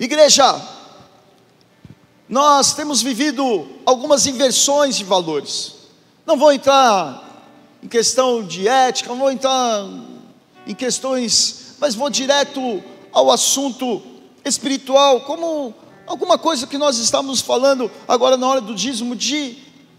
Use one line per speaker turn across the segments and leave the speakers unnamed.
Igreja, nós temos vivido algumas inversões de valores. Não vou entrar em questão de ética, não vou entrar em questões, mas vou direto ao assunto espiritual, como alguma coisa que nós estamos falando agora na hora do dízimo, de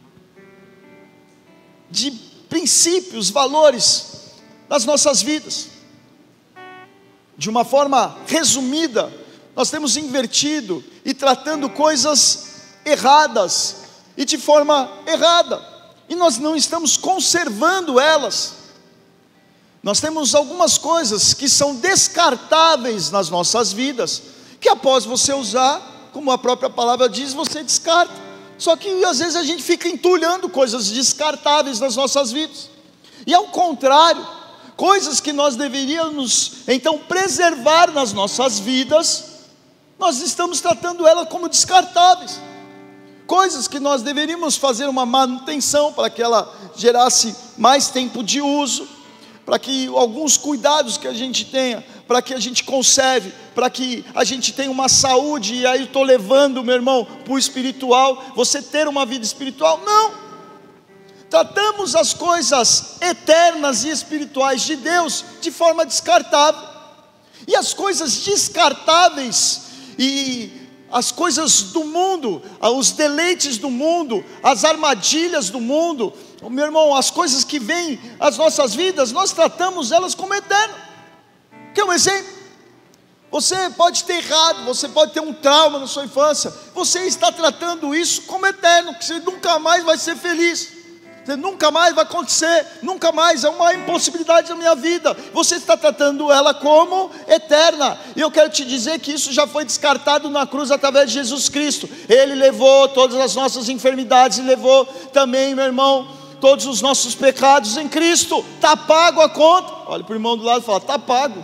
princípios, valores nas nossas vidas. De uma forma resumida, nós temos invertido e tratando coisas erradas e de forma errada, e nós não estamos conservando elas. Nós temos algumas coisas que são descartáveis nas nossas vidas, que após você usar, como a própria palavra diz, você descarta. Só que às vezes a gente fica entulhando coisas descartáveis nas nossas vidas, e ao contrário, coisas que nós deveríamos então preservar nas nossas vidas, nós estamos tratando elas como descartáveis. Coisas que nós deveríamos fazer uma manutenção para que ela gerasse mais tempo de uso, para que alguns cuidados que a gente tenha, para que a gente conserve, para que a gente tenha uma saúde. E aí eu estou levando, meu irmão, para o espiritual, você ter uma vida espiritual. Não, tratamos as coisas eternas e espirituais de Deus de forma descartável, e as coisas descartáveis e as coisas do mundo, os deleites do mundo, as armadilhas do mundo, meu irmão, as coisas que vêm às nossas vidas, nós tratamos elas como eternas. Quer um exemplo? Você pode ter errado, você pode ter um trauma na sua infância, você está tratando isso como eterno, que você nunca mais vai ser feliz, você nunca mais vai acontecer, nunca mais, é uma impossibilidade da minha vida. Você está tratando ela como eterna, e eu quero te dizer que isso já foi descartado na cruz através de Jesus Cristo. Ele levou todas as nossas enfermidades, e levou também, meu irmão, todos os nossos pecados em Cristo. Está pago a conta. Olha para o irmão do lado e fala: está pago.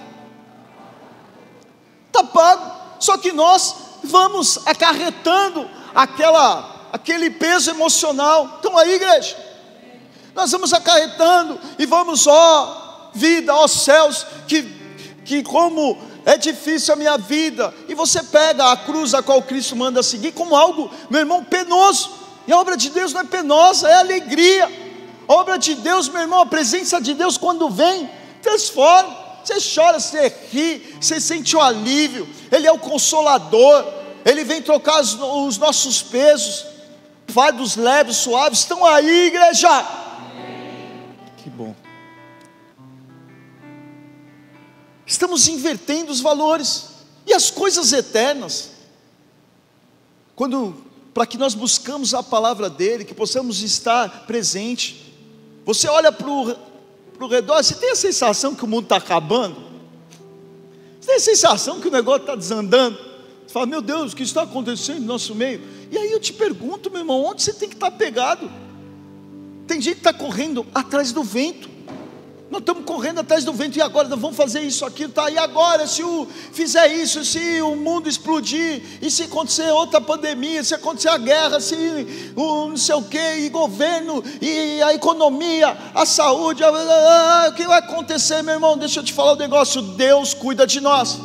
Está pago. Só que nós vamos acarretando aquele peso emocional. Então aí, igreja, nós vamos acarretando e vamos, ó vida, ó céus, que como é difícil a minha vida. E você pega a cruz a qual Cristo manda seguir como algo, meu irmão, penoso. E a obra de Deus não é penosa, é alegria. A obra de Deus, meu irmão, a presença de Deus quando vem, transforma. Você chora, você ri, você sente o alívio. Ele é o consolador, Ele vem trocar os nossos pesos, fardos leves, suaves. Estão aí, igreja. Que bom. Estamos invertendo os valores e as coisas eternas, para que nós buscamos a palavra dele, que possamos estar presente. Você olha para o redor, você tem a sensação que o mundo está acabando? Você tem a sensação que o negócio está desandando? Você fala: meu Deus, o que está acontecendo no nosso meio? E aí eu te pergunto, meu irmão, onde você tem que estar pegado? Tem gente que está correndo atrás do vento. Nós estamos correndo atrás do vento, e agora nós vamos fazer isso, aquilo, tá? E agora, se fizer isso, se o mundo explodir, e se acontecer outra pandemia, se acontecer a guerra, se não sei o que, e governo, e a economia, a saúde, o que vai acontecer, meu irmão? Deixa eu te falar um negócio: Deus cuida de nós.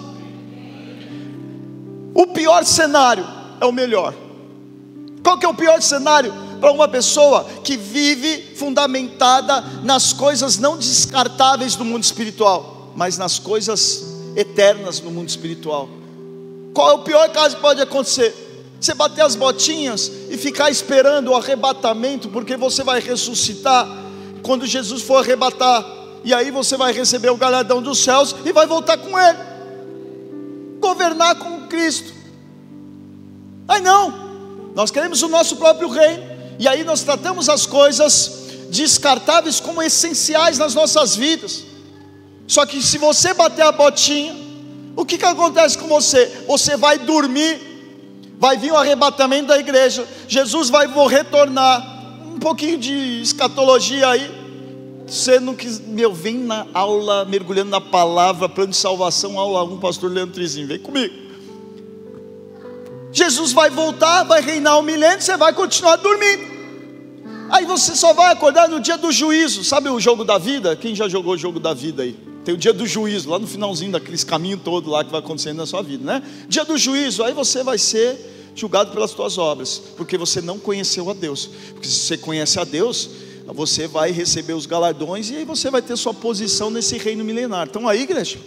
O pior cenário é o melhor. Qual que é o pior cenário para uma pessoa que vive fundamentada nas coisas não descartáveis do mundo espiritual, mas nas coisas eternas no mundo espiritual? Qual é o pior caso que pode acontecer? Você bater as botinhas e ficar esperando o arrebatamento, porque você vai ressuscitar quando Jesus for arrebatar, e aí você vai receber o galardão dos céus e vai voltar com Ele, governar com Cristo. Aí não, nós queremos o nosso próprio reino. E aí nós tratamos as coisas descartáveis como essenciais nas nossas vidas. Só que se você bater a botinha, o que acontece com você? Você vai dormir, vai vir o arrebatamento da igreja, Jesus vai retornar. Um pouquinho de escatologia aí. Você não quis, vem na aula, mergulhando na palavra, plano de salvação, aula 1, pastor Leandro Trizinho, vem comigo. Jesus vai voltar, vai reinar um milênio, você vai continuar dormindo. Aí você só vai acordar no dia do juízo. Sabe o jogo da vida? Quem já jogou o jogo da vida aí? Tem o dia do juízo, lá no finalzinho daqueles caminhos todo lá que vai acontecendo na sua vida, né? Dia do juízo, aí você vai ser julgado pelas suas obras, porque você não conheceu a Deus. Porque se você conhece a Deus, você vai receber os galardões, e aí você vai ter sua posição nesse reino milenar. Então aí, igreja,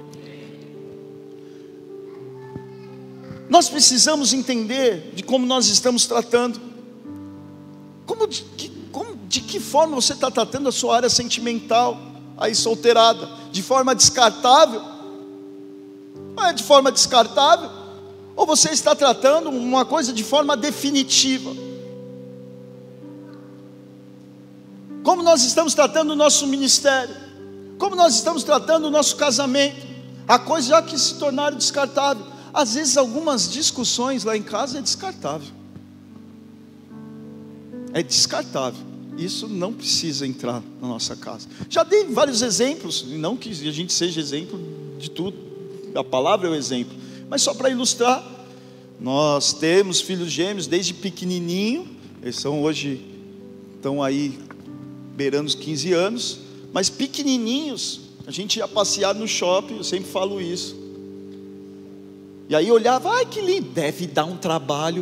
nós precisamos entender de como nós estamos tratando, de que forma você está tratando a sua área sentimental, aí solteirada, de forma descartável? Não é de forma descartável? Ou você está tratando uma coisa de forma definitiva? Como nós estamos tratando o nosso ministério? Como nós estamos tratando o nosso casamento? Há coisas já que se tornaram descartáveis. Às vezes algumas discussões lá em casa é descartável. É descartável. Isso não precisa entrar na nossa casa. Já dei vários exemplos, não que a gente seja exemplo de tudo, a palavra é o exemplo, mas só para ilustrar. Nós temos filhos gêmeos desde pequenininho, eles estão aí beirando os 15 anos, mas pequenininhos, a gente ia passear no shopping, eu sempre falo isso, e aí olhava, ai que lindo, deve dar um trabalho.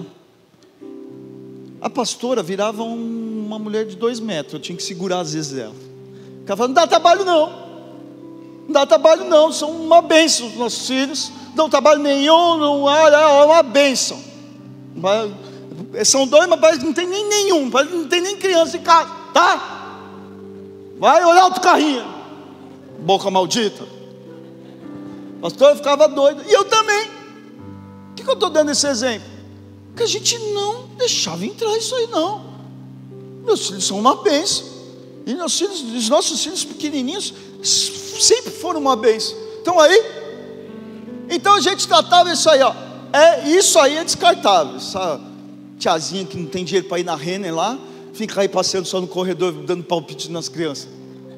A pastora virava uma mulher de 2 metros, eu tinha que segurar às vezes ela. Ela falava, não dá trabalho não, não dá trabalho não, são uma bênção os nossos filhos, não dá trabalho nenhum, não é uma bênção. São 2, mas parece que não tem nem nenhum, parece que não tem nem criança em casa, tá? Vai olhar outro carrinho, boca maldita. A pastora ficava doida, e eu também. Por que eu estou dando esse exemplo? Porque a gente não deixava entrar isso aí não. Meus filhos são uma bênção, e os nossos filhos pequenininhos sempre foram uma bênção. Então a gente tratava isso aí, ó. Isso aí é descartável. Essa tiazinha que não tem dinheiro para ir na Renner lá, fica aí passeando só no corredor, dando palpite nas crianças.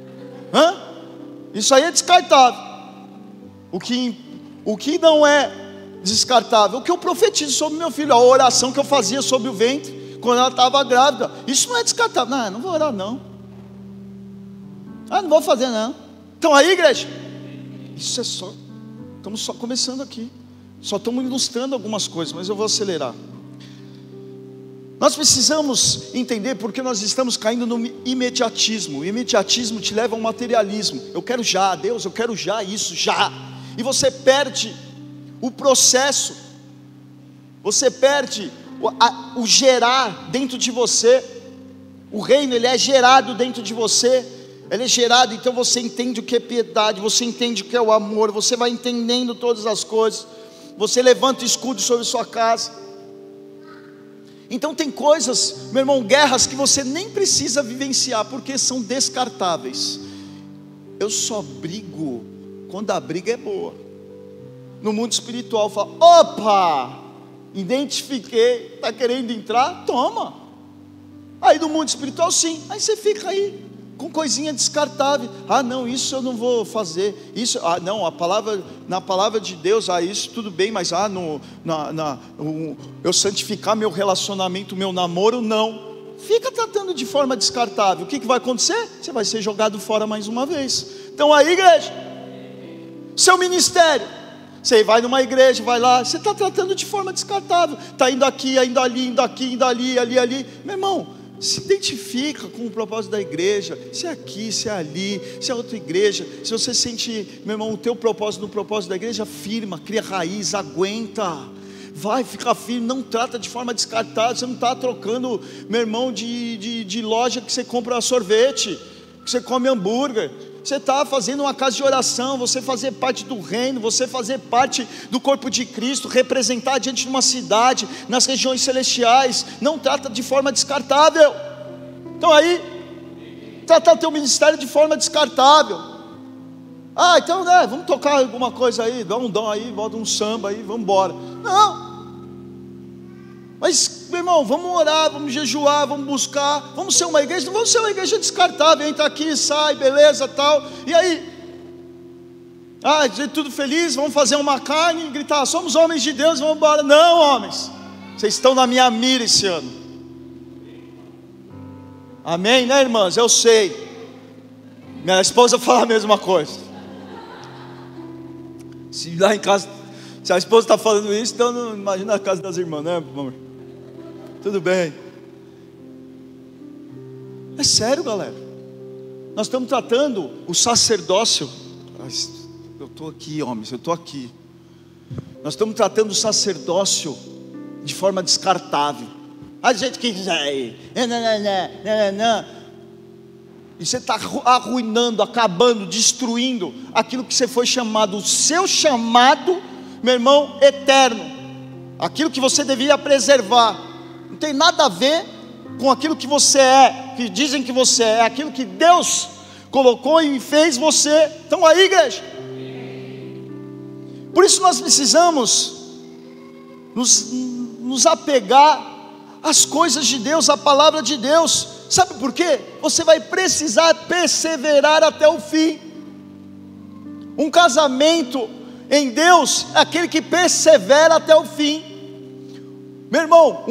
Isso aí é descartável. O que não é descartável, o que eu profetizo sobre meu filho, a oração que eu fazia sobre o ventre, quando ela estava grávida, isso não é descartável. Não vou orar não, não vou fazer não. Então aí, igreja, isso é só, estamos só começando aqui, só estamos ilustrando algumas coisas, mas eu vou acelerar. Nós precisamos entender porque nós estamos caindo no imediatismo. O imediatismo te leva ao materialismo. Eu quero já, Deus, eu quero já isso, já. E você perde o processo, você perde o gerar dentro de você. O reino, ele é gerado dentro de você, ele é gerado, então você entende o que é piedade, você entende o que é o amor, você vai entendendo todas as coisas, você levanta o escudo sobre sua casa. Então tem coisas, meu irmão, guerras que você nem precisa vivenciar, porque são descartáveis. Eu só brigo quando a briga é boa. No mundo espiritual fala, opa, identifiquei, está querendo entrar, toma. Aí no mundo espiritual sim, aí você fica aí com coisinha descartável. Não, isso eu não vou fazer. Isso, não, na palavra de Deus, isso tudo bem, mas eu santificar meu relacionamento, meu namoro, não. Fica tratando de forma descartável. O que vai acontecer? Você vai ser jogado fora mais uma vez. Então aí, igreja, seu ministério, você vai numa igreja, vai lá, você está tratando de forma descartável, está indo aqui, indo ali, indo aqui, indo ali, meu irmão, se identifica com o propósito da igreja, se é aqui, se é ali, se é outra igreja. Se você sente, meu irmão, o teu propósito no propósito da igreja, firma, cria raiz, aguenta, vai ficar firme, não trata de forma descartável. Você não está trocando, meu irmão, de loja que você compra sorvete, que você come hambúrguer. Você está fazendo uma casa de oração, você fazer parte do reino, você fazer parte do corpo de Cristo, representar diante de uma cidade, nas regiões celestiais. Não trata de forma descartável. Então aí, tratar teu ministério de forma descartável. Então vamos tocar alguma coisa aí, dá um dom aí, bota um samba aí, vamos embora. Não. Mas, meu irmão, vamos orar, vamos jejuar, vamos buscar, vamos ser uma igreja, não vamos ser uma igreja descartável, entra aqui, sai, beleza, tal, e aí? Tudo feliz, vamos fazer uma carne e gritar, somos homens de Deus, vamos embora. Não, homens, vocês estão na minha mira esse ano. Amém, né, irmãs? Eu sei. Minha esposa fala a mesma coisa. Se lá em casa, se a esposa está falando isso, então não imagina a casa das irmãs, né, amor? Tudo bem. É sério, galera. Nós estamos tratando o sacerdócio. Eu estou aqui, homens, eu estou aqui. Nós estamos tratando o sacerdócio de forma descartável. A gente que quiser ir. E você está arruinando, acabando, destruindo aquilo que você foi chamado, o seu chamado, meu irmão, eterno. Aquilo que você deveria preservar. Não tem nada a ver com aquilo que você é, que dizem que você é, aquilo que Deus colocou e fez você. Então aí, igreja. Por isso nós precisamos nos apegar às coisas de Deus, à palavra de Deus. Sabe por quê? Você vai precisar perseverar até o fim. Um casamento em Deus é aquele que persevera até o fim. Meu irmão,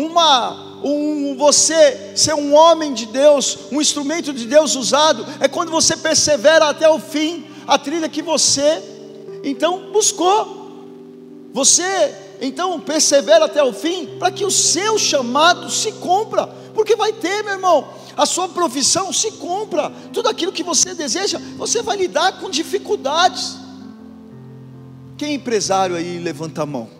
você ser um homem de Deus, um instrumento de Deus usado, é quando você persevera até o fim, a trilha que você então buscou. Você então persevera até o fim, para que o seu chamado se cumpra, porque vai ter, meu irmão, a sua profissão se cumpra, tudo aquilo que você deseja, você vai lidar com dificuldades. Quem é empresário aí, levanta a mão.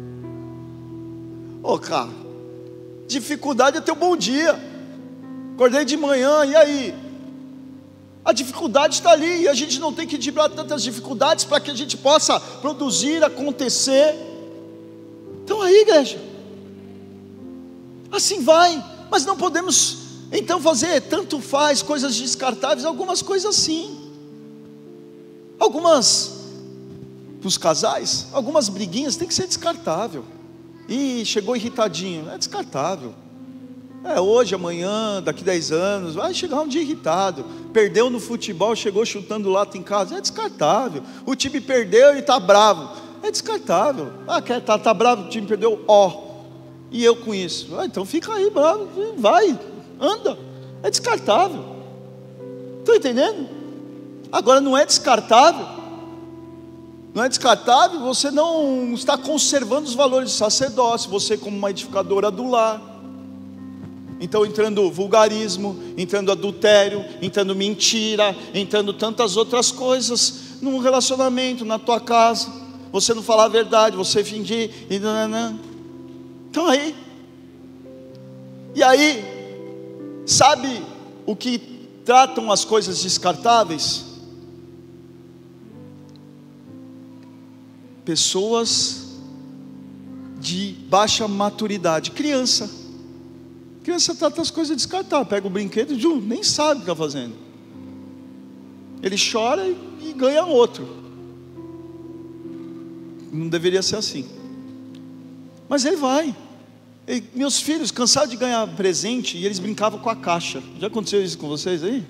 Cara, dificuldade é teu bom dia. Acordei de manhã, e aí? A dificuldade está ali, e a gente não tem que driblar tantas dificuldades para que a gente possa produzir, acontecer. Então aí, igreja, assim vai. Mas não podemos então fazer tanto faz, coisas descartáveis. Algumas coisas sim, algumas, para os casais, algumas briguinhas tem que ser descartável. E chegou irritadinho, é descartável. Hoje, amanhã, daqui 10 anos, vai chegar um dia irritado. Perdeu no futebol, chegou chutando lata em casa, é descartável. O time perdeu e está bravo, é descartável. Tá bravo, o time perdeu, e eu com isso. Então fica aí bravo, vai, anda, é descartável. Estão entendendo? Agora não é descartável. Não é descartável, você não está conservando os valores de sacerdócio, você como uma edificadora do lar. Então entrando vulgarismo, entrando adultério, entrando mentira, entrando tantas outras coisas num relacionamento, na tua casa. Você não falar a verdade, você fingir. Então aí. E aí, sabe o que tratam as coisas descartáveis? Pessoas de baixa maturidade. Criança trata as coisas descartáveis. Pega o brinquedo e nem sabe o que está fazendo. Ele chora e ganha outro. Não deveria ser assim. Mas ele vai. Meus filhos cansaram de ganhar presente e eles brincavam com a caixa. Já aconteceu isso com vocês aí?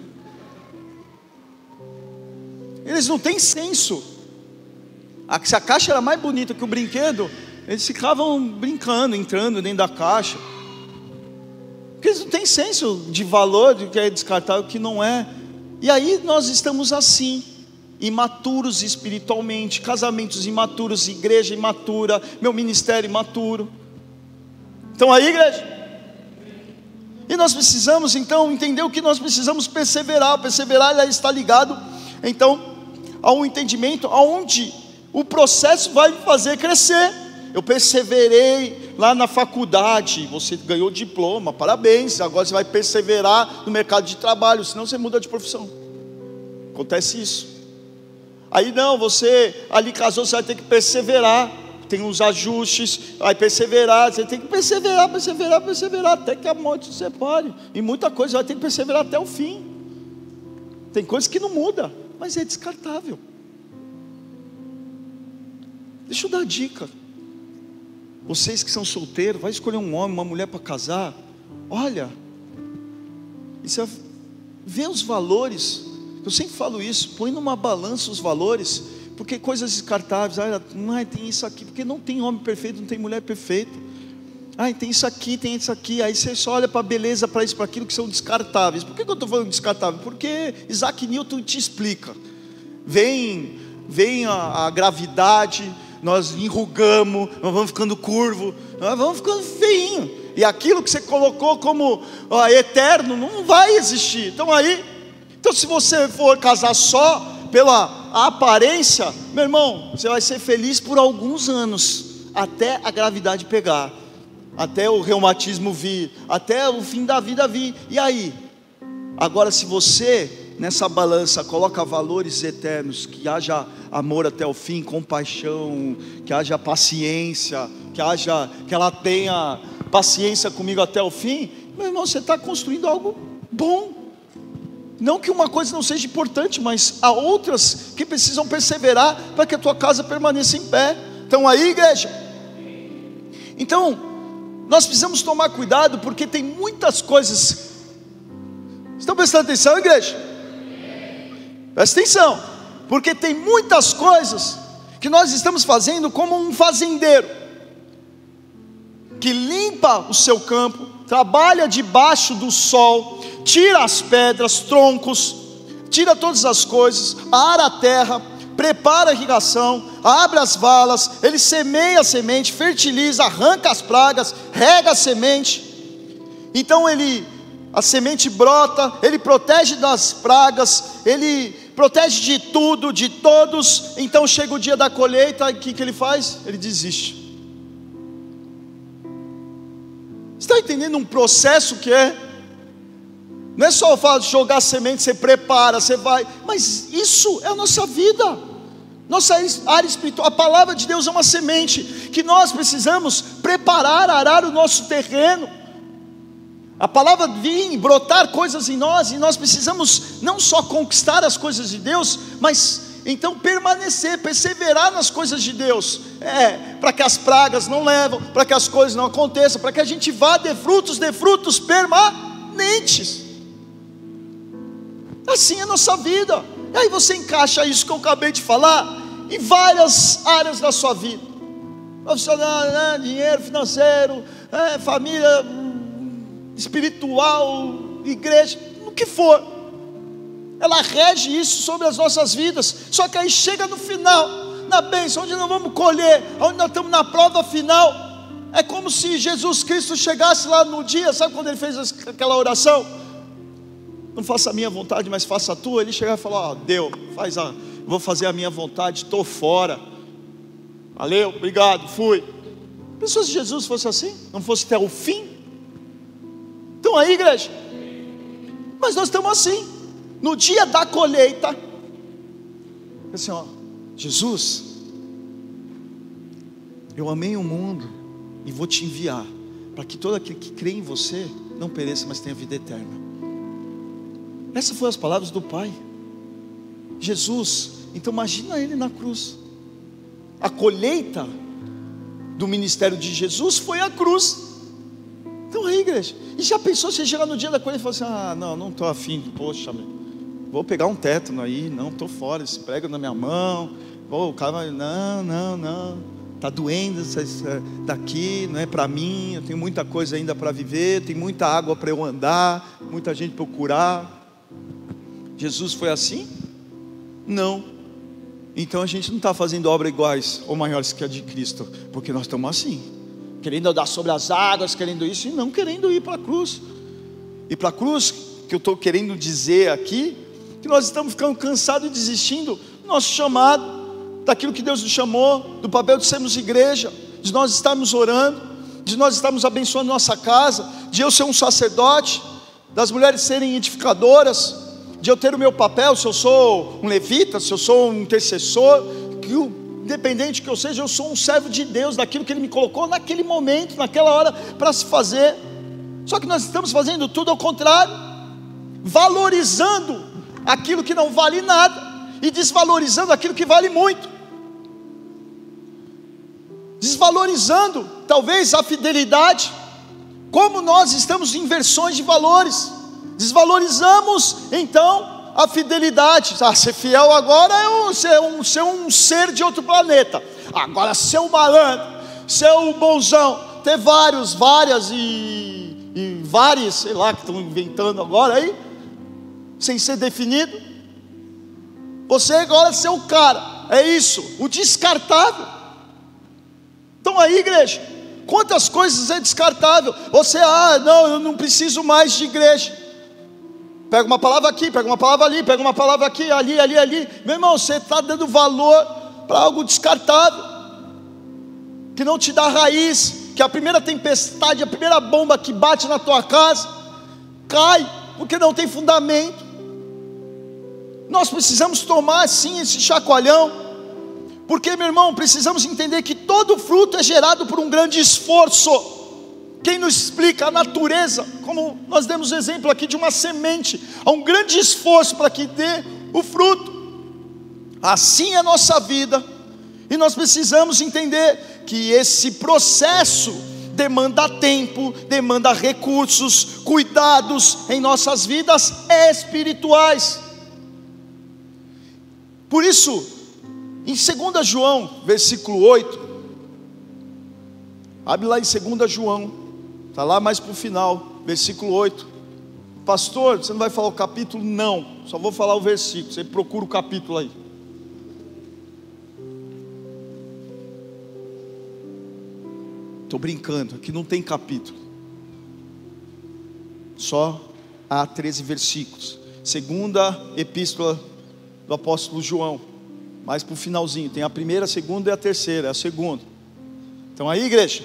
Eles não têm senso. Se a caixa era mais bonita que o brinquedo, eles ficavam brincando, entrando dentro da caixa. Porque eles não têm senso de valor, de que é descartável, que não é. E aí nós estamos assim, imaturos espiritualmente, casamentos imaturos, igreja imatura, meu ministério imaturo. Então aí, igreja, e nós precisamos então entender o que nós precisamos perseverar. Perseverar está ligado então a um entendimento aonde o processo vai me fazer crescer. Eu perseverei lá na faculdade, você ganhou diploma, parabéns. Agora você vai perseverar no mercado de trabalho, senão você muda de profissão. Acontece isso. Aí não, você ali casou, você vai ter que perseverar. Tem uns ajustes, vai perseverar. Você tem que perseverar, até que a morte te separe. E muita coisa vai ter que perseverar até o fim. Tem coisas que não muda, mas é descartável. Deixa eu dar dica. Vocês que são solteiros, vai escolher um homem, uma mulher para casar. Olha, isso vê os valores. Eu sempre falo isso, põe numa balança os valores, porque coisas descartáveis, tem isso aqui, porque não tem homem perfeito, não tem mulher perfeita. Tem isso aqui, tem isso aqui. Aí você só olha para a beleza, para isso, para aquilo que são descartáveis. Por que eu estou falando descartável? Porque Isaac Newton te explica. Vem vem a gravidade, nós enrugamos, nós vamos ficando curvo, nós vamos ficando feinho, e aquilo que você colocou como eterno não vai existir. Então se você for casar só pela aparência, meu irmão, você vai ser feliz por alguns anos, até a gravidade pegar, até o reumatismo vir, até o fim da vida vir. E aí? Agora, se você nessa balança coloca valores eternos, que haja amor até o fim, compaixão, que haja paciência, que ela tenha paciência comigo até o fim, meu irmão, você está construindo algo bom. Não que uma coisa não seja importante, mas há outras que precisam perseverar para que a tua casa permaneça em pé. Então aí, igreja, então nós precisamos tomar cuidado, porque tem muitas coisas. Estão prestando atenção, igreja? Presta atenção, porque tem muitas coisas que nós estamos fazendo como um fazendeiro, que limpa o seu campo, trabalha debaixo do sol, tira as pedras, troncos, tira todas as coisas, ara a terra, prepara a irrigação, abre as valas, ele semeia a semente, fertiliza, arranca as pragas, rega a semente. Então a semente brota, ele protege das pragas, ele protege de tudo, de todos. Então chega o dia da colheita, o que ele faz? Ele desiste. Você está entendendo um processo que é? Não é só o fato de jogar semente, você prepara, você vai, mas isso é a nossa vida, nossa área espiritual. A palavra de Deus é uma semente que nós precisamos preparar, arar o nosso terreno. A palavra vir, brotar coisas em nós, e nós precisamos não só conquistar as coisas de Deus, mas então permanecer, perseverar nas coisas de Deus, para que as pragas não levam, para que as coisas não aconteçam, para que a gente vá de frutos permanentes. Assim é a nossa vida. E aí você encaixa isso que eu acabei de falar em várias áreas da sua vida: profissional, dinheiro, financeiro, família, espiritual, igreja, o que for. Ela rege isso sobre as nossas vidas. Só que aí chega no final, na bênção, onde nós vamos colher, onde nós estamos na prova final. É como se Jesus Cristo chegasse lá no dia, sabe quando ele fez aquela oração? Não faça a minha vontade, mas faça a tua. Ele chegava e falava: Deus, vou fazer a minha vontade, estou fora. Valeu, obrigado, fui. Pensou se Jesus fosse assim? Não fosse até o fim? Então aí, igreja, mas nós estamos assim, no dia da colheita, assim, Jesus, eu amei o mundo e vou te enviar, para que todo aquele que crê em você não pereça, mas tenha vida eterna. Essas foram as palavras do Pai. Jesus, então imagina ele na cruz. A colheita do ministério de Jesus foi a cruz. Então aí, igreja, e já pensou você chegar no dia da colheita e falar assim: não estou afim, poxa, vou pegar um tétano aí, não, estou fora, esse prego na minha mão, o cara vai, não, está doendo daqui, não é para mim, eu tenho muita coisa ainda para viver, tem muita água para eu andar, muita gente para eu curar. Jesus foi assim? Não. Então a gente não está fazendo obras iguais ou maiores que a de Cristo, porque nós estamos assim, querendo andar sobre as águas, querendo isso e não querendo ir para a cruz. E para a cruz, que eu estou querendo dizer aqui, que nós estamos ficando cansados e desistindo do nosso chamado, daquilo que Deus nos chamou, do papel de sermos igreja, de nós estarmos orando, de nós estarmos abençoando nossa casa, de eu ser um sacerdote, das mulheres serem edificadoras, de eu ter o meu papel, se eu sou um levita, se eu sou um intercessor, que independente que eu seja, eu sou um servo de Deus, daquilo que Ele me colocou naquele momento, naquela hora, para se fazer. Só que nós estamos fazendo tudo ao contrário, valorizando aquilo que não vale nada, e desvalorizando aquilo que vale muito, desvalorizando talvez a fidelidade. Como nós estamos em inversões de valores, desvalorizamos então a fidelidade. Ser fiel agora é ser um ser de outro planeta. Agora ser um malandro, ser um bonzão, ter várias e várias, sei lá, que estão inventando agora aí, sem ser definido. Você agora ser o cara, é isso, o descartável. Então aí, igreja, quantas coisas é descartável? Você, não, eu não preciso mais de igreja. Pega uma palavra aqui, pega uma palavra ali, pega uma palavra aqui, ali. Meu irmão, você está dando valor para algo descartável, que não te dá raiz, que a primeira tempestade, a primeira bomba que bate na tua casa, cai, porque não tem fundamento. Nós precisamos tomar sim esse chacoalhão, porque, meu irmão, precisamos entender que todo fruto é gerado por um grande esforço. Quem nos explica a natureza, como nós demos exemplo aqui de uma semente, há um grande esforço para que dê o fruto. Assim é a nossa vida, e nós precisamos entender que esse processo demanda tempo, demanda recursos, cuidados em nossas vidas espirituais. Por isso, em 2 João, versículo 8, abre lá em 2 João, está lá mais para o final, versículo 8. Pastor, você não vai falar o capítulo? Não, só vou falar o versículo, você procura o capítulo aí. Estou brincando, aqui não tem capítulo, só há 13 versículos. Segunda epístola do apóstolo João, mais para o finalzinho, tem a primeira, a segunda e a terceira, é a segunda. Então aí, igreja,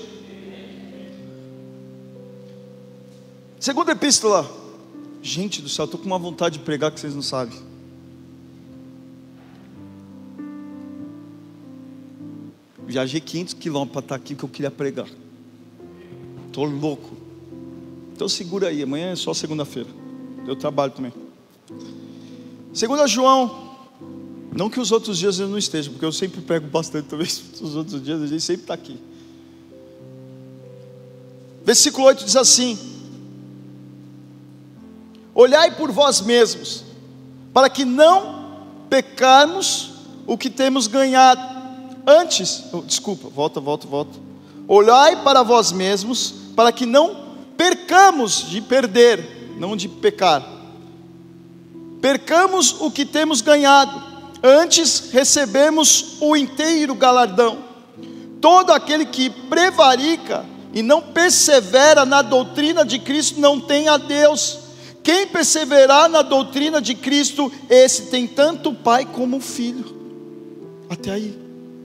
segunda epístola, gente do céu, estou com uma vontade de pregar que vocês não sabem. Viajei 500 quilômetros para estar aqui, que eu queria pregar. Estou louco. Então segura aí, amanhã é só segunda-feira, eu trabalho também. 2 João, não que os outros dias eu não esteja, porque eu sempre prego bastante também. Os outros dias a gente sempre está aqui. Versículo 8 diz assim: olhai por vós mesmos, para que não pecarmos o que temos ganhado. Olhai para vós mesmos, para que não percamos, de perder, não de pecar, percamos o que temos ganhado, antes recebemos o inteiro galardão. Todo aquele que prevarica e não persevera na doutrina de Cristo não tem a Deus. Quem perseverar na doutrina de Cristo, esse tem tanto o Pai como o Filho. Até aí.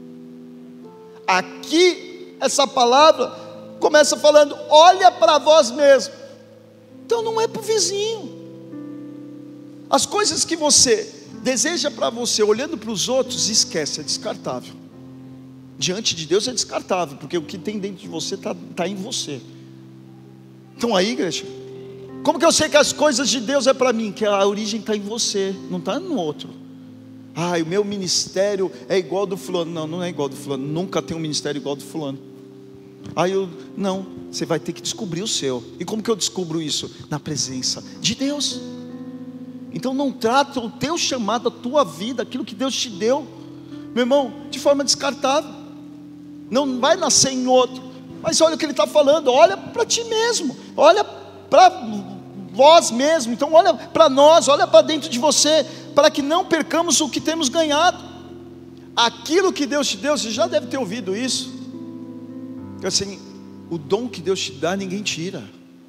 Aqui, essa palavra começa falando: olha para vós mesmos. Então não é para o vizinho. As coisas que você deseja para você, olhando para os outros, esquece, é descartável. Diante de Deus é descartável, porque o que tem dentro de você está em você. Então aí, igreja, como que eu sei que as coisas de Deus é para mim? Que a origem está em você, não está no outro. O meu ministério é igual do fulano. Não, não é igual do fulano. Nunca tem um ministério igual do fulano. Não, você vai ter que descobrir o seu. E como que eu descubro isso? Na presença de Deus. Então não trata o teu chamado, a tua vida, aquilo que Deus te deu, meu irmão, de forma descartável. Não vai nascer em outro. Mas olha o que ele está falando: olha para ti mesmo, olha para vós mesmo. Então olha para nós, olha para dentro de você, para que não percamos o que temos ganhado. Aquilo que Deus te deu, você já deve ter ouvido isso, assim, o dom que Deus te dá ninguém tira.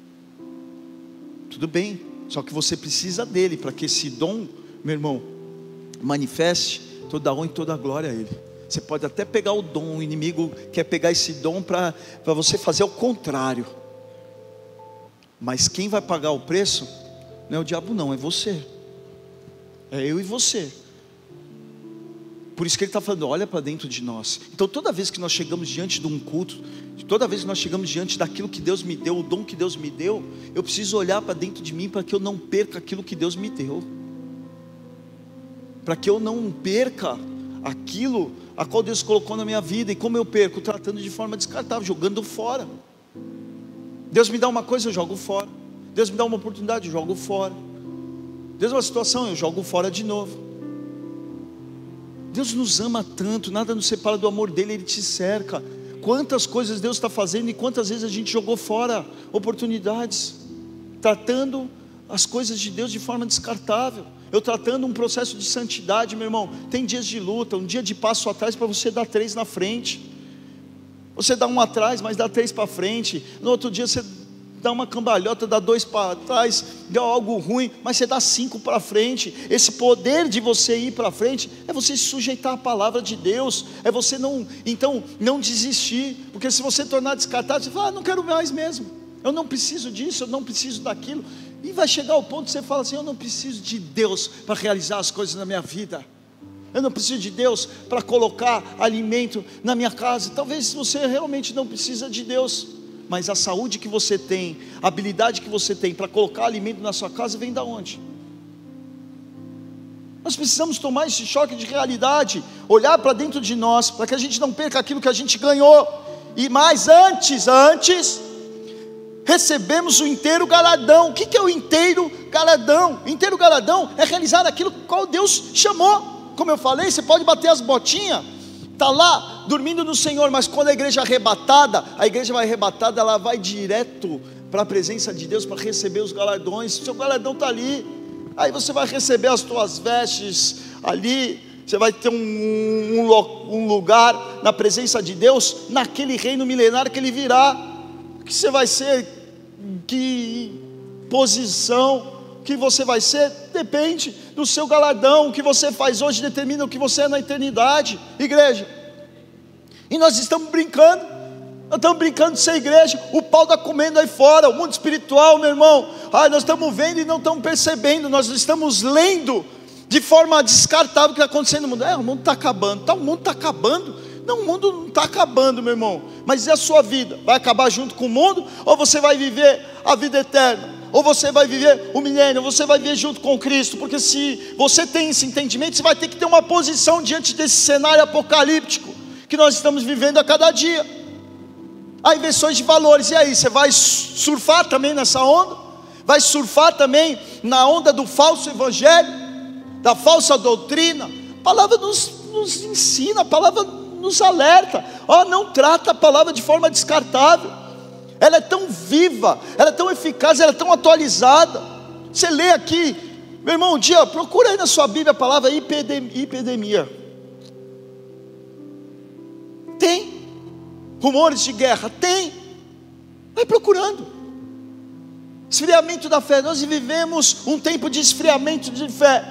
Tudo bem, só que você precisa dele, para que esse dom, meu irmão, manifeste toda a honra e toda a glória a ele. Você pode até pegar o dom, o inimigo quer pegar esse dom para você fazer o contrário, mas quem vai pagar o preço não é o diabo, não, é você, é eu e você. Por isso que ele está falando: olha para dentro de nós. Então toda vez que nós chegamos diante de um culto, toda vez que nós chegamos diante daquilo que Deus me deu, o dom que Deus me deu, eu preciso olhar para dentro de mim, para que eu não perca aquilo que Deus me deu, para que eu não perca aquilo a qual Deus colocou na minha vida. E como eu perco? Tratando de forma descartável, jogando fora. Deus me dá uma coisa, eu jogo fora. Deus me dá uma oportunidade, eu jogo fora. Deus dá uma situação, eu jogo fora de novo. Deus nos ama tanto, nada nos separa do amor dele, ele te cerca. Quantas coisas Deus está fazendo e quantas vezes a gente jogou fora oportunidades, tratando as coisas de Deus de forma descartável. eu tratando um processo de santidade, meu irmão. Tem dias de luta, um dia de passo atrás para você dar 3 na frente. Você dá 1 atrás, mas dá 3 para frente. No outro dia você dá uma cambalhota, dá 2 para trás, deu algo ruim, mas você dá 5 para frente. Esse poder de você ir para frente é você se sujeitar à palavra de Deus, é você não desistir, porque se você tornar descartado, você fala, não quero mais mesmo, eu não preciso disso, eu não preciso daquilo, e vai chegar ao ponto que você fala assim, eu não preciso de Deus para realizar as coisas na minha vida, eu não preciso de Deus para colocar alimento na minha casa. Talvez você realmente não precisa de Deus, mas a saúde que você tem, a habilidade que você tem para colocar alimento na sua casa, vem da onde? Nós precisamos tomar esse choque de realidade, olhar para dentro de nós, para que a gente não perca aquilo que a gente ganhou, e mais antes, recebemos o inteiro galardão. O que é o inteiro galardão? O inteiro galardão é realizar aquilo qual Deus chamou. Como eu falei, você pode bater as botinhas, está lá dormindo no Senhor, mas quando a igreja vai arrebatada, ela vai direto para a presença de Deus para receber os galardões. O seu galardão está ali, aí você vai receber as tuas vestes ali, você vai ter um lugar na presença de Deus, naquele reino milenário que Ele virá. O que você vai ser, que posição que você vai ser, depende do seu galardão. O que você faz hoje determina o que você é na eternidade, igreja. E nós estamos brincando de ser igreja. O pau está comendo aí fora, o mundo espiritual, meu irmão. Nós estamos vendo e não estamos percebendo, nós estamos lendo de forma descartável o que está acontecendo no mundo. O mundo está acabando, o mundo está acabando. Não, o mundo não está acabando, meu irmão, mas e a sua vida? Vai acabar junto com o mundo? Ou você vai viver a vida eterna? Ou você vai viver o milênio? Ou você vai viver junto com Cristo? Porque se você tem esse entendimento, você vai ter que ter uma posição diante desse cenário apocalíptico que nós estamos vivendo a cada dia. Há inversões de valores, e aí, você vai surfar também nessa onda? Vai surfar também na onda do falso evangelho, da falsa doutrina? A palavra nos ensina, a palavra nos alerta. Não trata a palavra de forma descartável. Ela é tão viva, ela é tão eficaz, ela é tão atualizada. Você lê aqui, meu irmão, um dia, procura aí na sua Bíblia a palavra epidemia. Tem. Rumores de guerra, tem. Vai procurando. Esfriamento da fé, nós vivemos um tempo de esfriamento de fé.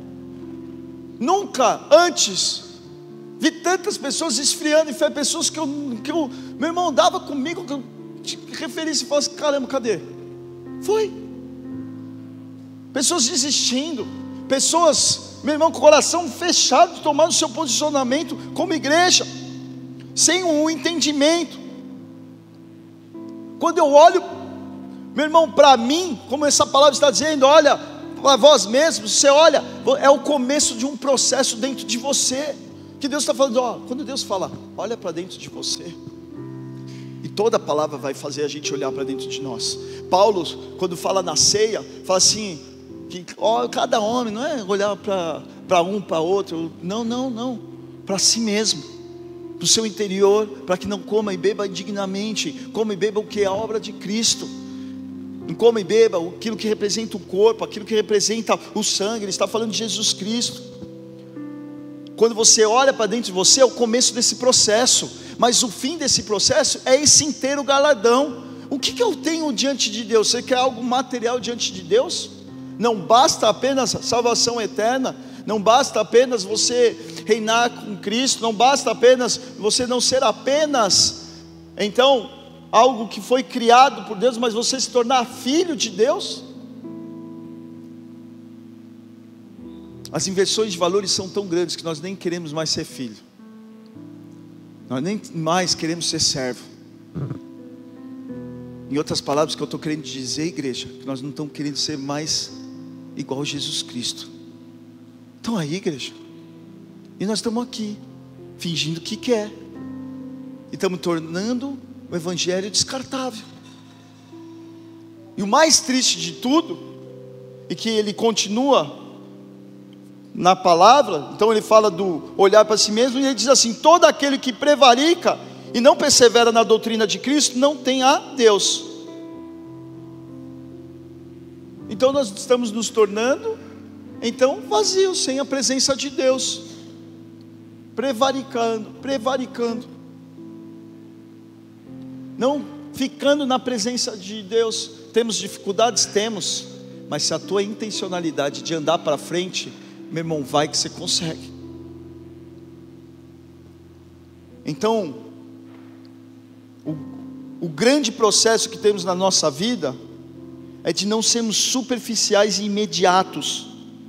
Nunca antes vi tantas pessoas esfriando em fé, pessoas que eu meu irmão andava comigo, que eu referência e falava assim, caramba, cadê? Foi. Pessoas desistindo, pessoas, meu irmão, com o coração fechado, tomando seu posicionamento como igreja, sem um entendimento. Quando eu olho, meu irmão, para mim, como essa palavra está dizendo, olha, para vós mesmos, você olha, é o começo de um processo dentro de você, que Deus está falando, quando Deus fala, olha para dentro de você, e toda a palavra vai fazer a gente olhar para dentro de nós. Paulo, quando fala na ceia, fala assim, que cada homem, não é olhar para um, para outro, não, para si mesmo, para o seu interior, para que não coma e beba indignamente, coma e beba o que é a obra de Cristo, não coma e beba aquilo que representa o corpo, aquilo que representa o sangue. Ele está falando de Jesus Cristo. Quando você olha para dentro de você, é o começo desse processo, mas o fim desse processo é esse inteiro galardão. O que eu tenho diante de Deus? Você quer algo material diante de Deus? Não basta apenas a salvação eterna, não basta apenas você reinar com Cristo, não basta apenas você não ser apenas, então, algo que foi criado por Deus, mas você se tornar filho de Deus. As inversões de valores são tão grandes que nós nem queremos mais ser filho, nós nem mais queremos ser servo. Em outras palavras, o que eu estou querendo dizer, igreja, que nós não estamos querendo ser mais igual a Jesus Cristo. Então aí, igreja, e nós estamos aqui fingindo que quer, e estamos tornando o evangelho descartável. E o mais triste de tudo é que ele continua na palavra. Então ele fala do olhar para si mesmo, e ele diz assim: todo aquele que prevarica e não persevera na doutrina de Cristo não tem a Deus. Então nós estamos nos tornando Então, vazio, sem a presença de Deus, prevaricando, não ficando na presença de Deus. Temos dificuldades? Temos, mas se a tua intencionalidade de andar para frente, meu irmão, vai que você consegue. Então, o grande processo que temos na nossa vida é de não sermos superficiais e imediatos,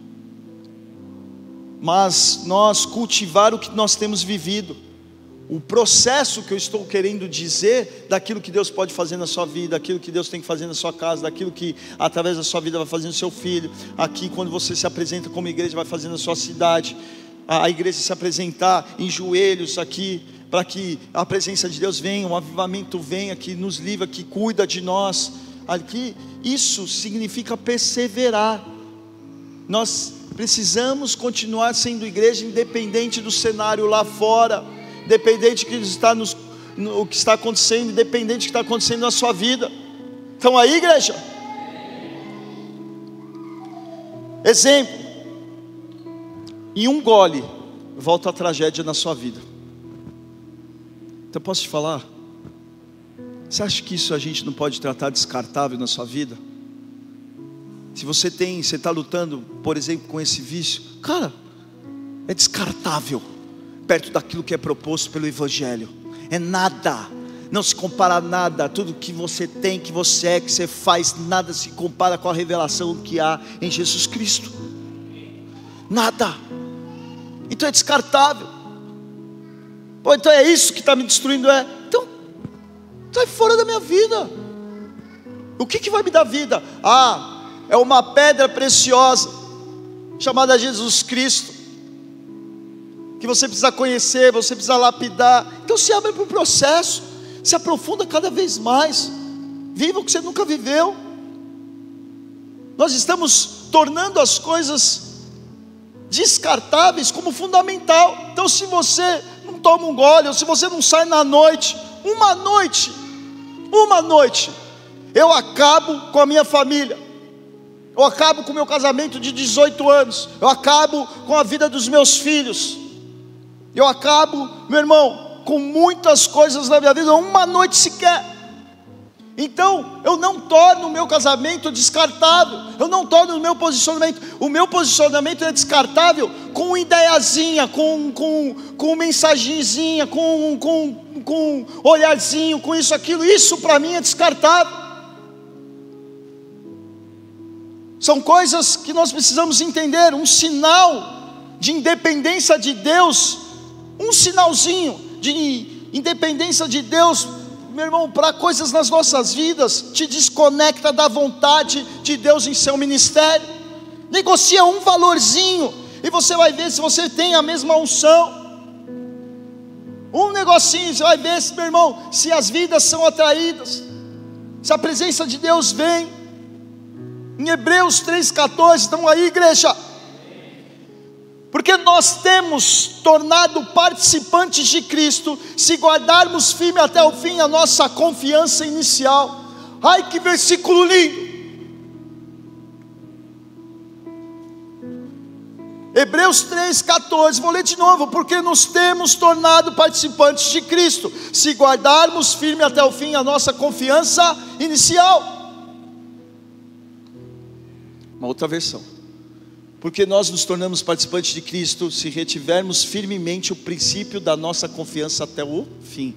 mas nós cultivar o que nós temos vivido. O processo que eu estou querendo dizer, daquilo que Deus pode fazer na sua vida, daquilo que Deus tem que fazer na sua casa, daquilo que através da sua vida vai fazer no seu filho, aqui quando você se apresenta como igreja, vai fazer na sua cidade, a igreja se apresentar em joelhos aqui, para que a presença de Deus venha, um avivamento venha, que nos livra, que cuida de nós, aqui, isso significa perseverar. Nós precisamos continuar sendo igreja, independente do cenário lá fora, independente do que está o que está acontecendo, independente do que está acontecendo na sua vida. Então aí, igreja, exemplo, em um gole volta a tragédia na sua vida. Então posso te falar, você acha que isso a gente não pode tratar descartável na sua vida? Se você está lutando, por exemplo, com esse vício, cara, é descartável perto daquilo que é proposto pelo Evangelho. É nada, não se compara a nada. Tudo que você tem, que você é, que você faz, nada se compara com a revelação que há em Jesus Cristo. Nada. Então é descartável. Pô, então é isso que está me destruindo? Então sai fora da minha vida. O que vai me dar vida? É uma pedra preciosa chamada Jesus Cristo, que você precisa conhecer, você precisa lapidar. Então se abre para o processo, se aprofunda cada vez mais, viva o que você nunca viveu. Nós estamos tornando as coisas descartáveis como fundamental. Então se você não toma um gole, ou se você não sai na noite, uma noite, eu acabo com a minha família, eu acabo com o meu casamento de 18 anos, eu acabo com a vida dos meus filhos, eu acabo, meu irmão, com muitas coisas na minha vida, uma noite sequer. Então eu não torno o meu casamento descartável, eu não torno o meu posicionamento é descartável com ideiazinha, com mensagenzinha, com olharzinho, com isso, aquilo. Isso para mim é descartável. São coisas que nós precisamos entender. Um sinal de independência de Deus, um sinalzinho de independência de Deus, meu irmão, para coisas nas nossas vidas, te desconecta da vontade de Deus em seu ministério. Negocia um valorzinho e você vai ver se você tem a mesma unção. Um negocinho, você vai ver, meu irmão, se as vidas são atraídas, se a presença de Deus vem. Em Hebreus 3,14, estão aí, igreja? Porque nós temos tornado participantes de Cristo, se guardarmos firme até o fim a nossa confiança inicial. Ai, que versículo lindo! Hebreus 3,14, vou ler de novo. Porque nos temos tornado participantes de Cristo, se guardarmos firme até o fim a nossa confiança inicial. Uma outra versão: porque nós nos tornamos participantes de Cristo, se retivermos firmemente o princípio da nossa confiança até o fim.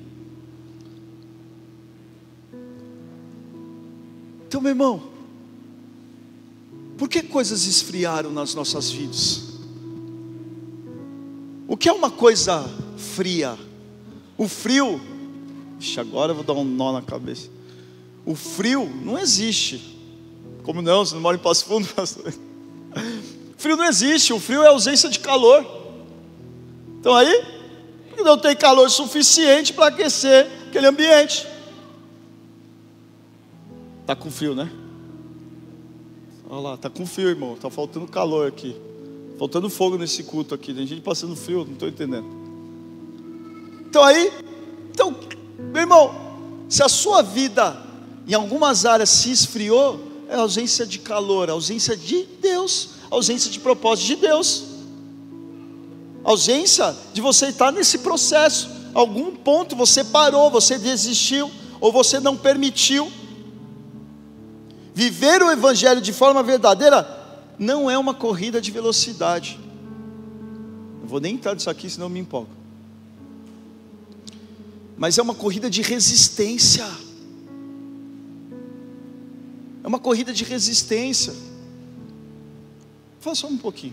Então, meu irmão, por que coisas esfriaram nas nossas vidas? O que é uma coisa fria? O frio, agora eu vou dar um nó na cabeça. O frio não existe. Como não? Você não mora em Passo Fundo, pastor? Frio não existe. O frio é ausência de calor. Então aí, não tem calor suficiente para aquecer aquele ambiente. Está com frio, né? Olha lá, está com frio, irmão. Está faltando calor aqui. Faltando fogo nesse culto aqui. Tem gente passando frio, não estou entendendo. Então aí, meu irmão, se a sua vida em algumas áreas se esfriou, é ausência de calor, ausência de Deus, Ausência de propósito de Deus. Ausência de você estar nesse processo. Algum ponto você parou, você desistiu, ou você não permitiu. Viver o Evangelho de forma verdadeira não é uma corrida de velocidade. Não vou nem entrar nisso aqui, senão eu me empolgo. Mas é uma corrida de resistência. É uma corrida de resistência. Fala só um pouquinho.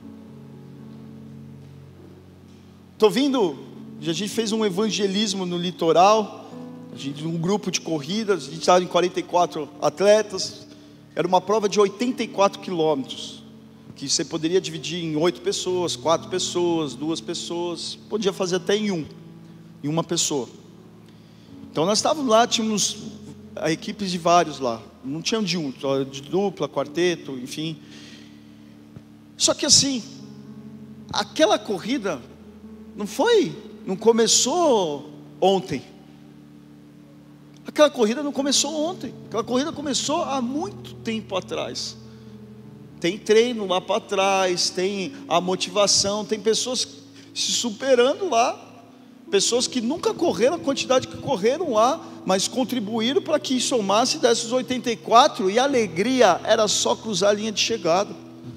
Estou vindo, a gente fez um evangelismo no litoral, um grupo de corridas, a gente estava em 44 atletas, era uma prova de 84 quilômetros, que você poderia dividir em 8 pessoas, 4 pessoas, 2 pessoas, podia fazer até em uma pessoa. Então nós estávamos lá, tínhamos equipes de vários lá, não tinham de um, só de dupla, quarteto, enfim. Só que assim, aquela corrida não começou ontem. Aquela corrida não começou ontem, aquela corrida começou há muito tempo atrás. Tem treino lá para trás, tem a motivação, tem pessoas se superando lá, pessoas que nunca correram a quantidade que correram lá, mas contribuíram para que somasse desses 84, e a alegria era só cruzar a linha de chegada.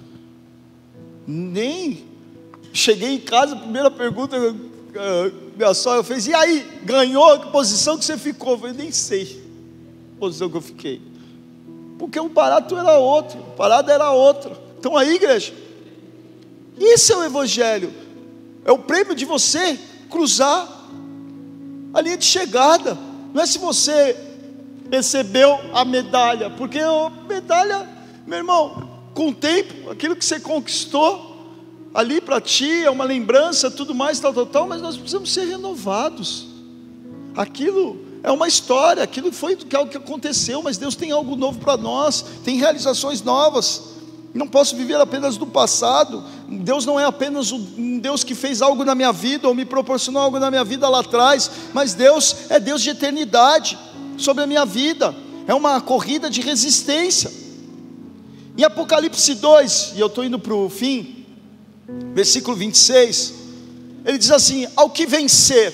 Nem cheguei em casa, a primeira pergunta, minha sogra fez: e aí, ganhou? Que posição que você ficou? Eu falei: nem sei a posição que eu fiquei, porque o barato era outro, a parada era outra. Então aí, igreja, isso é o Evangelho, é o prêmio de você cruzar a linha de chegada. Não é se você recebeu a medalha, porque a medalha, meu irmão, com o tempo, aquilo que você conquistou ali para ti é uma lembrança, tudo mais, tal, mas nós precisamos ser renovados. Aquilo é uma história, aquilo foi algo que aconteceu, mas Deus tem algo novo para nós, tem realizações novas. Não posso viver apenas do passado. Deus não é apenas um Deus que fez algo na minha vida, ou me proporcionou algo na minha vida lá atrás, mas Deus é Deus de eternidade sobre a minha vida. É uma corrida de resistência. Em Apocalipse 2, e eu estou indo para o fim, versículo 26, ele diz assim: ao que vencer,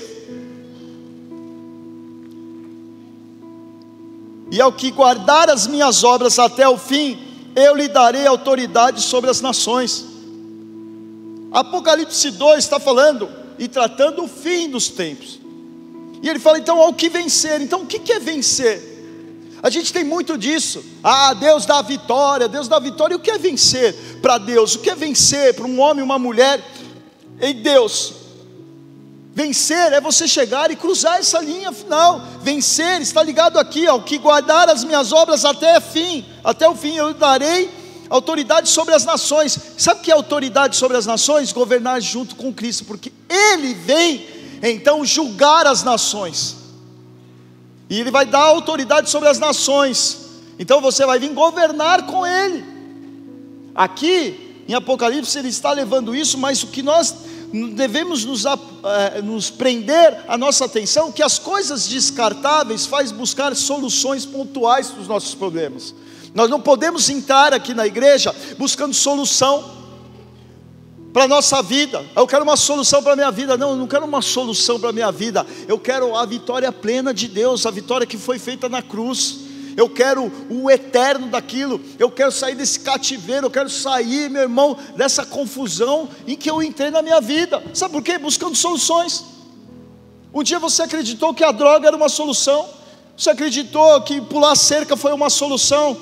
e ao que guardar as minhas obras até o fim, eu lhe darei autoridade sobre as nações. Apocalipse 2 está falando e tratando o fim dos tempos, e ele fala então ao que vencer. Então o que é vencer? A gente tem muito disso. Deus dá a vitória, Deus dá a vitória. E o que é vencer para Deus? O que é vencer para um homem e uma mulher em Deus? Vencer é você chegar e cruzar essa linha final. Vencer está ligado aqui, ao que guardar as minhas obras até o fim, eu darei autoridade sobre as nações. Sabe o que é autoridade sobre as nações? Governar junto com Cristo, porque Ele vem então julgar as nações, e Ele vai dar autoridade sobre as nações. Então você vai vir governar com Ele. Aqui em Apocalipse Ele está levando isso, mas o que nós devemos nos prender a nossa atenção, que as coisas descartáveis faz buscar soluções pontuais para os nossos problemas. Nós não podemos entrar aqui na igreja buscando solução para a nossa vida. Eu quero uma solução para a minha vida. Não, eu não quero uma solução para a minha vida. Eu quero a vitória plena de Deus, a vitória que foi feita na cruz. Eu quero o eterno daquilo. Eu quero sair desse cativeiro. Eu quero sair, meu irmão, dessa confusão em que eu entrei na minha vida. Sabe por quê? Buscando soluções. Um dia você acreditou que a droga era uma solução. Você acreditou que pular cerca foi uma solução.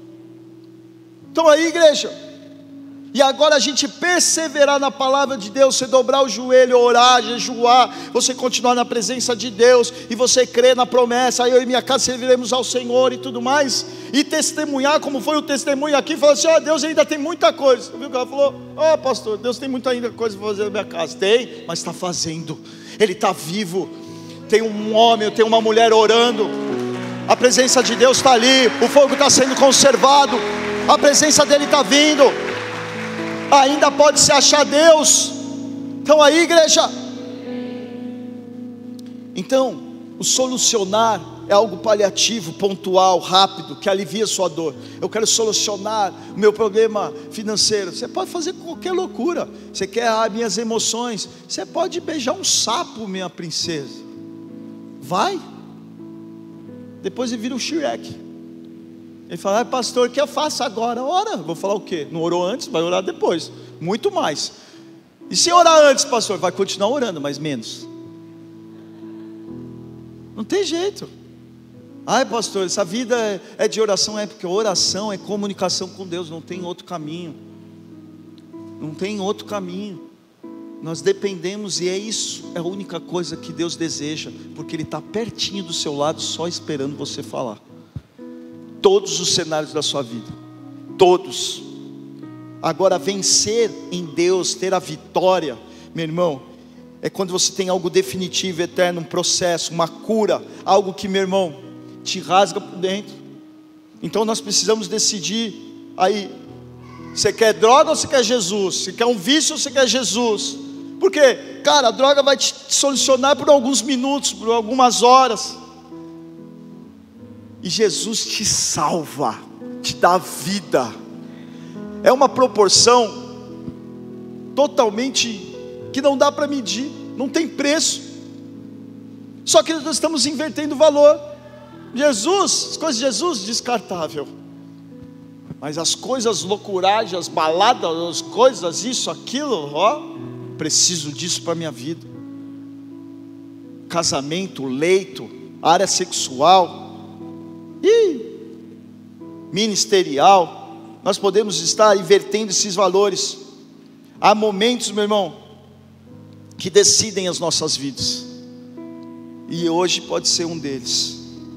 Então aí, igreja, e agora a gente perseverar na palavra de Deus, você dobrar o joelho, orar, jejuar, você continuar na presença de Deus, e você crer na promessa: eu e minha casa serviremos ao Senhor e tudo mais, e testemunhar como foi o testemunho aqui, falar assim: Deus ainda tem muita coisa. Você viu que ela falou? Pastor, Deus tem muita ainda coisa para fazer na minha casa. Tem, mas está fazendo, Ele está vivo. Tem um homem, tem uma mulher orando, a presença de Deus está ali, o fogo está sendo conservado, a presença dEle está vindo. Ainda pode se achar Deus. Então aí, igreja, então o solucionar é algo paliativo, pontual, rápido, que alivia a sua dor. Eu quero solucionar o meu problema financeiro. Você pode fazer qualquer loucura. Você quer minhas emoções, você pode beijar um sapo, minha princesa. Vai. Depois ele vira um Shrek. Ele fala: pastor, o que eu faço agora? Ora. Vou falar o quê? Não orou antes? Vai orar depois. Muito mais. E se orar antes, pastor? Vai continuar orando, mas menos. Não tem jeito. Ai, pastor, essa vida é de oração. É porque oração é comunicação com Deus. Não tem outro caminho. Não tem outro caminho. Nós dependemos, e é isso, é a única coisa que Deus deseja, porque Ele está pertinho do seu lado, só esperando você falar. Todos os cenários da sua vida, todos. Agora, vencer em Deus, ter a vitória, meu irmão, é quando você tem algo definitivo, eterno, um processo, uma cura, algo que, meu irmão, te rasga por dentro. Então nós precisamos decidir aí: você quer droga ou você quer Jesus? Você quer um vício ou você quer Jesus? Porque, cara, a droga vai te solucionar por alguns minutos, por algumas horas, e Jesus te salva, te dá vida. É uma proporção totalmente que não dá para medir, não tem preço. Só que nós estamos invertendo o valor. Jesus, as coisas de Jesus, descartável. Mas as coisas loucuragens, as baladas, as coisas, isso, aquilo, preciso disso para a minha vida. Casamento, leito, área sexual, ministerial. Nós podemos estar invertendo esses valores. Há momentos, meu irmão, que decidem as nossas vidas, e hoje pode ser um deles.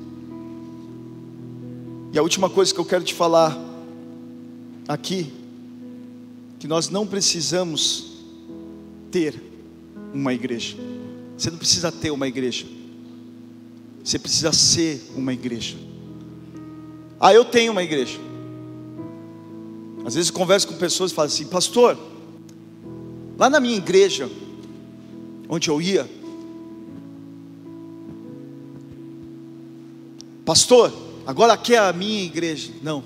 E a última coisa que eu quero te falar aqui, que nós não precisamos ter uma igreja. Você não precisa ter uma igreja, você precisa ser uma igreja. Eu tenho uma igreja. Às vezes eu converso com pessoas e falo assim: pastor, lá na minha igreja, onde eu ia, pastor, agora aqui é a minha igreja. Não,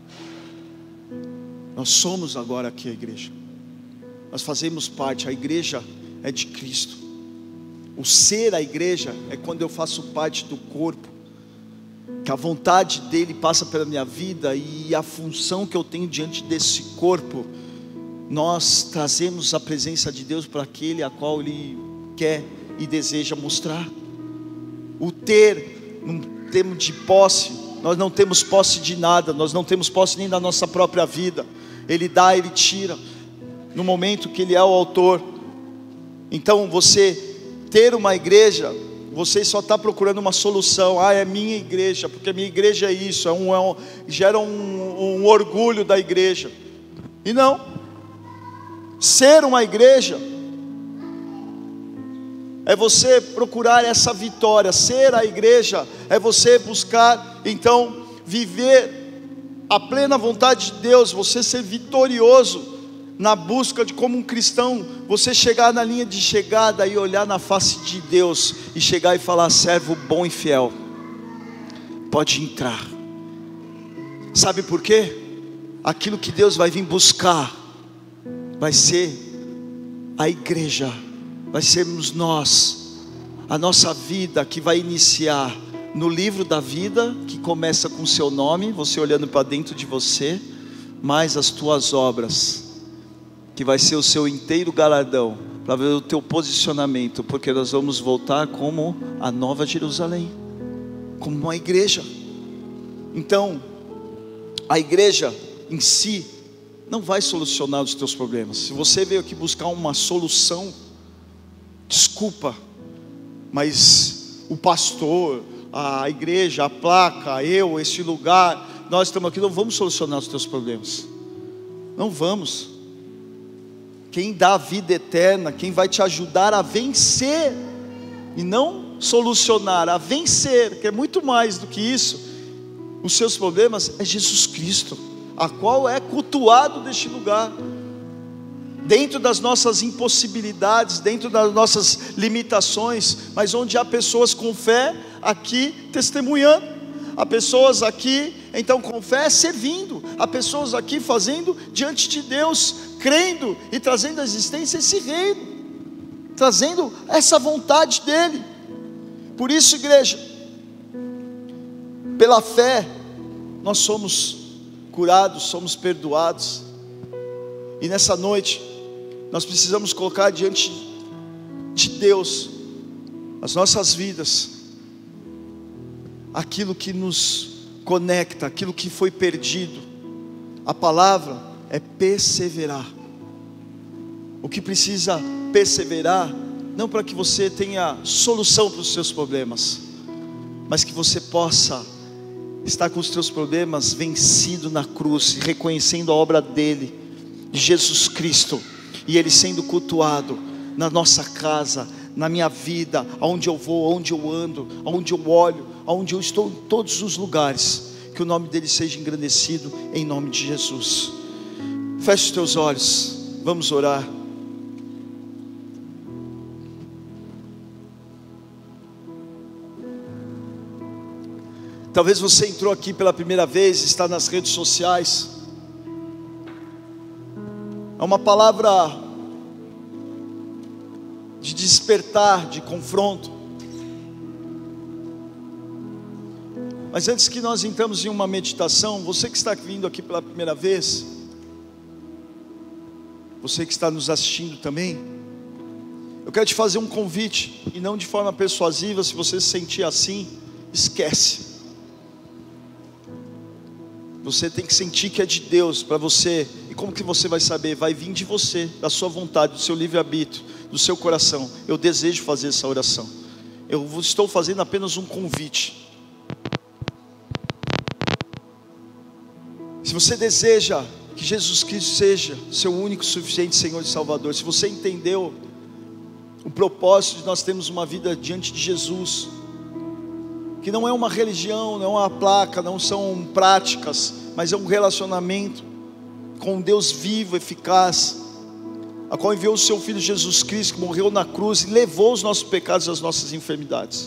nós somos agora aqui a igreja. Nós fazemos parte, a igreja é de Cristo. O ser a igreja é quando eu faço parte do corpo, que a vontade dele passa pela minha vida, e a função que eu tenho diante desse corpo, nós trazemos a presença de Deus para aquele a qual Ele quer e deseja mostrar. O ter, num termo de posse, nós não temos posse de nada, nós não temos posse nem da nossa própria vida. Ele dá, Ele tira, no momento que Ele é o autor. Então você ter uma igreja, você só está procurando uma solução. É minha igreja, porque minha igreja é isso, gera um orgulho da igreja. E não, ser uma igreja é você procurar essa vitória. Ser a igreja é você buscar, então, viver a plena vontade de Deus, você ser vitorioso na busca de, como um cristão, você chegar na linha de chegada e olhar na face de Deus e chegar e falar: servo bom e fiel, pode entrar. Sabe por quê? Aquilo que Deus vai vir buscar vai ser a igreja, vai sermos nós, a nossa vida que vai iniciar no livro da vida, que começa com o seu nome, você olhando para dentro de você, mais as tuas obras, que vai ser o seu inteiro galardão, para ver o teu posicionamento, porque nós vamos voltar como a Nova Jerusalém, como uma igreja. Então, a igreja em si não vai solucionar os teus problemas. Se você veio aqui buscar uma solução, desculpa, mas o pastor, a igreja, a placa, este lugar, nós estamos aqui, não vamos solucionar os teus problemas. Não vamos. Quem dá a vida eterna, quem vai te ajudar a vencer, e não solucionar, a vencer, que é muito mais do que isso, os seus problemas, é Jesus Cristo, a qual é cultuado neste lugar. Dentro das nossas impossibilidades, dentro das nossas limitações, mas onde há pessoas com fé, aqui testemunhando, há pessoas aqui então com fé servindo, há pessoas aqui fazendo diante de Deus, crendo e trazendo à existência esse reino, trazendo essa vontade dele. Por isso, igreja, pela fé nós somos curados, somos perdoados. E nessa noite nós precisamos colocar diante de Deus as nossas vidas, aquilo que nos conecta, aquilo que foi perdido. A palavra é perseverar. O que precisa perseverar, não para que você tenha solução para os seus problemas, mas que você possa estar com os seus problemas vencido na cruz, reconhecendo a obra dele, de Jesus Cristo, e ele sendo cultuado na nossa casa, na minha vida, aonde eu vou, aonde eu ando, aonde eu olho, aonde eu estou, em todos os lugares, que o nome dele seja engrandecido, em nome de Jesus. Feche os teus olhos, vamos orar. Talvez você entrou aqui pela primeira vez, está nas redes sociais. É uma palavra de despertar, de confronto. Mas antes que nós entramos em uma meditação, você que está vindo aqui pela primeira vez, você que está nos assistindo também, eu quero te fazer um convite, e não de forma persuasiva. Se você se sentir assim, esquece. Você tem que sentir que é de Deus para você. E como que você vai saber? Vai vir de você, da sua vontade, do seu livre-arbítrio, do seu coração. Eu desejo fazer essa oração. Eu estou fazendo apenas um convite. Se você deseja que Jesus Cristo seja seu único, suficiente Senhor e Salvador, se você entendeu o propósito de nós termos uma vida diante de Jesus, que não é uma religião, não é uma placa, não são práticas, mas é um relacionamento com um Deus vivo, eficaz, a qual enviou o seu Filho Jesus Cristo, que morreu na cruz e levou os nossos pecados e as nossas enfermidades.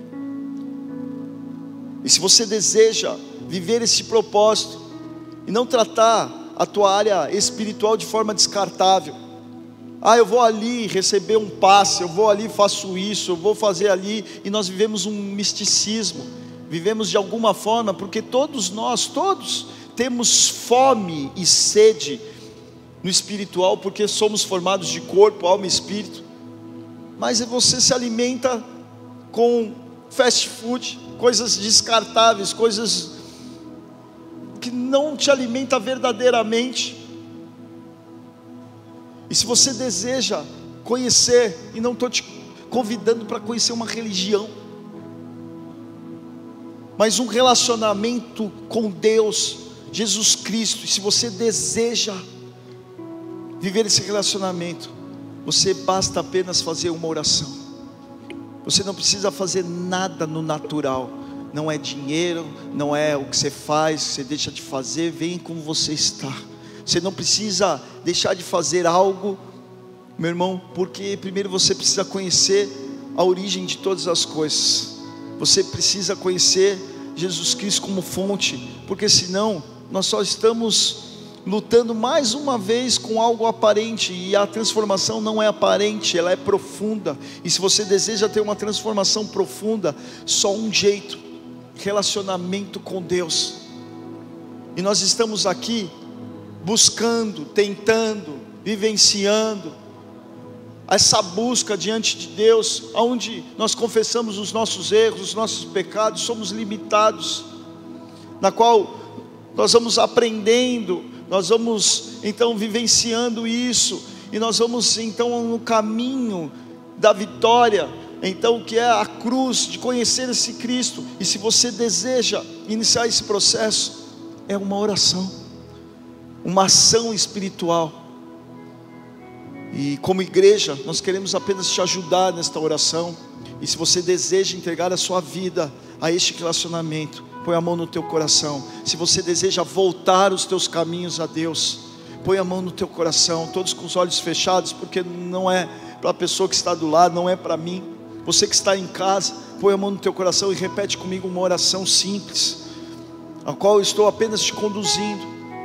E se você deseja viver esse propósito e não tratar a tua área espiritual de forma descartável, eu vou ali receber um passe, eu vou ali, faço isso, eu vou fazer ali, e nós vivemos um misticismo, vivemos de alguma forma, porque todos temos fome e sede no espiritual, porque somos formados de corpo, alma e espírito, mas você se alimenta com fast food, coisas descartáveis, coisas que não te alimentam verdadeiramente. E se você deseja conhecer, e não estou te convidando para conhecer uma religião, mas um relacionamento com Deus, Jesus Cristo, e se você deseja viver esse relacionamento, você basta apenas fazer uma oração. Você não precisa fazer nada no natural, não é dinheiro, não é o que você faz, você deixa de fazer, vem como você está. Você não precisa deixar de fazer algo, meu irmão, porque primeiro você precisa conhecer a origem de todas as coisas. Você precisa conhecer Jesus Cristo como fonte, porque senão nós só estamos lutando mais uma vez com algo aparente, e a transformação não é aparente, ela é profunda. E se você deseja ter uma transformação profunda, só um jeito: relacionamento com Deus. E nós estamos aqui buscando, tentando, vivenciando essa busca diante de Deus, onde nós confessamos os nossos erros, os nossos pecados, somos limitados, na qual nós vamos aprendendo, nós vamos então vivenciando isso, e nós vamos então no caminho da vitória, então que é a cruz, de conhecer esse Cristo. E se você deseja iniciar esse processo, é uma oração, uma ação espiritual, e como igreja nós queremos apenas te ajudar nesta oração. E se você deseja entregar a sua vida a este relacionamento, põe a mão no teu coração. Se você deseja voltar os teus caminhos a Deus, põe a mão no teu coração, todos com os olhos fechados, porque não é para a pessoa que está do lado, não é para mim. Você que está em casa, põe a mão no teu coração e repete comigo uma oração simples, a qual eu estou apenas te conduzindo.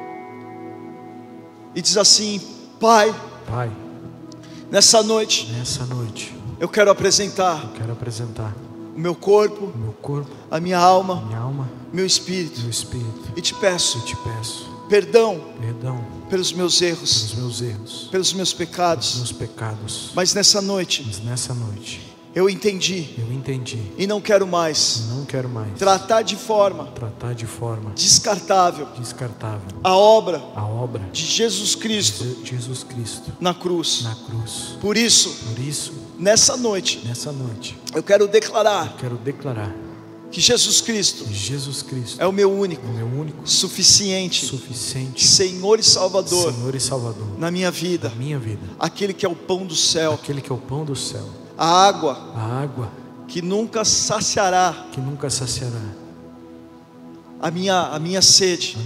E diz assim: Pai, nessa noite, eu quero apresentar o meu corpo, a minha alma, meu espírito, e te peço perdão pelos meus erros, pelos meus pecados. Mas nessa noite eu entendi e não quero mais tratar de forma descartável a obra de Jesus Cristo na cruz. Por isso, nessa noite eu quero declarar que Jesus Cristo é o meu único, suficiente Senhor e Salvador na minha vida, aquele que é o pão do céu, a água que nunca saciará a minha sede,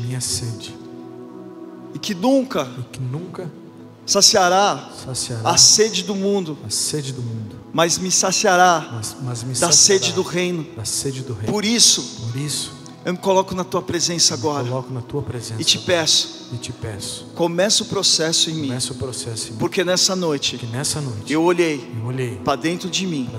e que nunca saciará a sede do mundo, mas me saciará da sede do reino. Por isso eu me coloco na tua presença agora e te peço, começa o processo em mim, porque nessa noite eu olhei para dentro de mim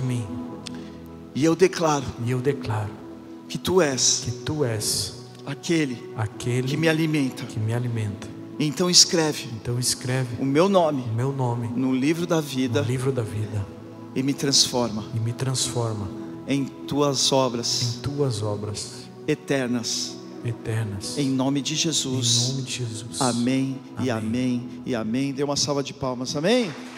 e eu declaro que tu és aquele que me alimenta. Então escreve o meu nome no livro da vida e me transforma em tuas obras eternas. Em nome de Jesus. Amém e amém e amém. Dê uma salva de palmas. Amém.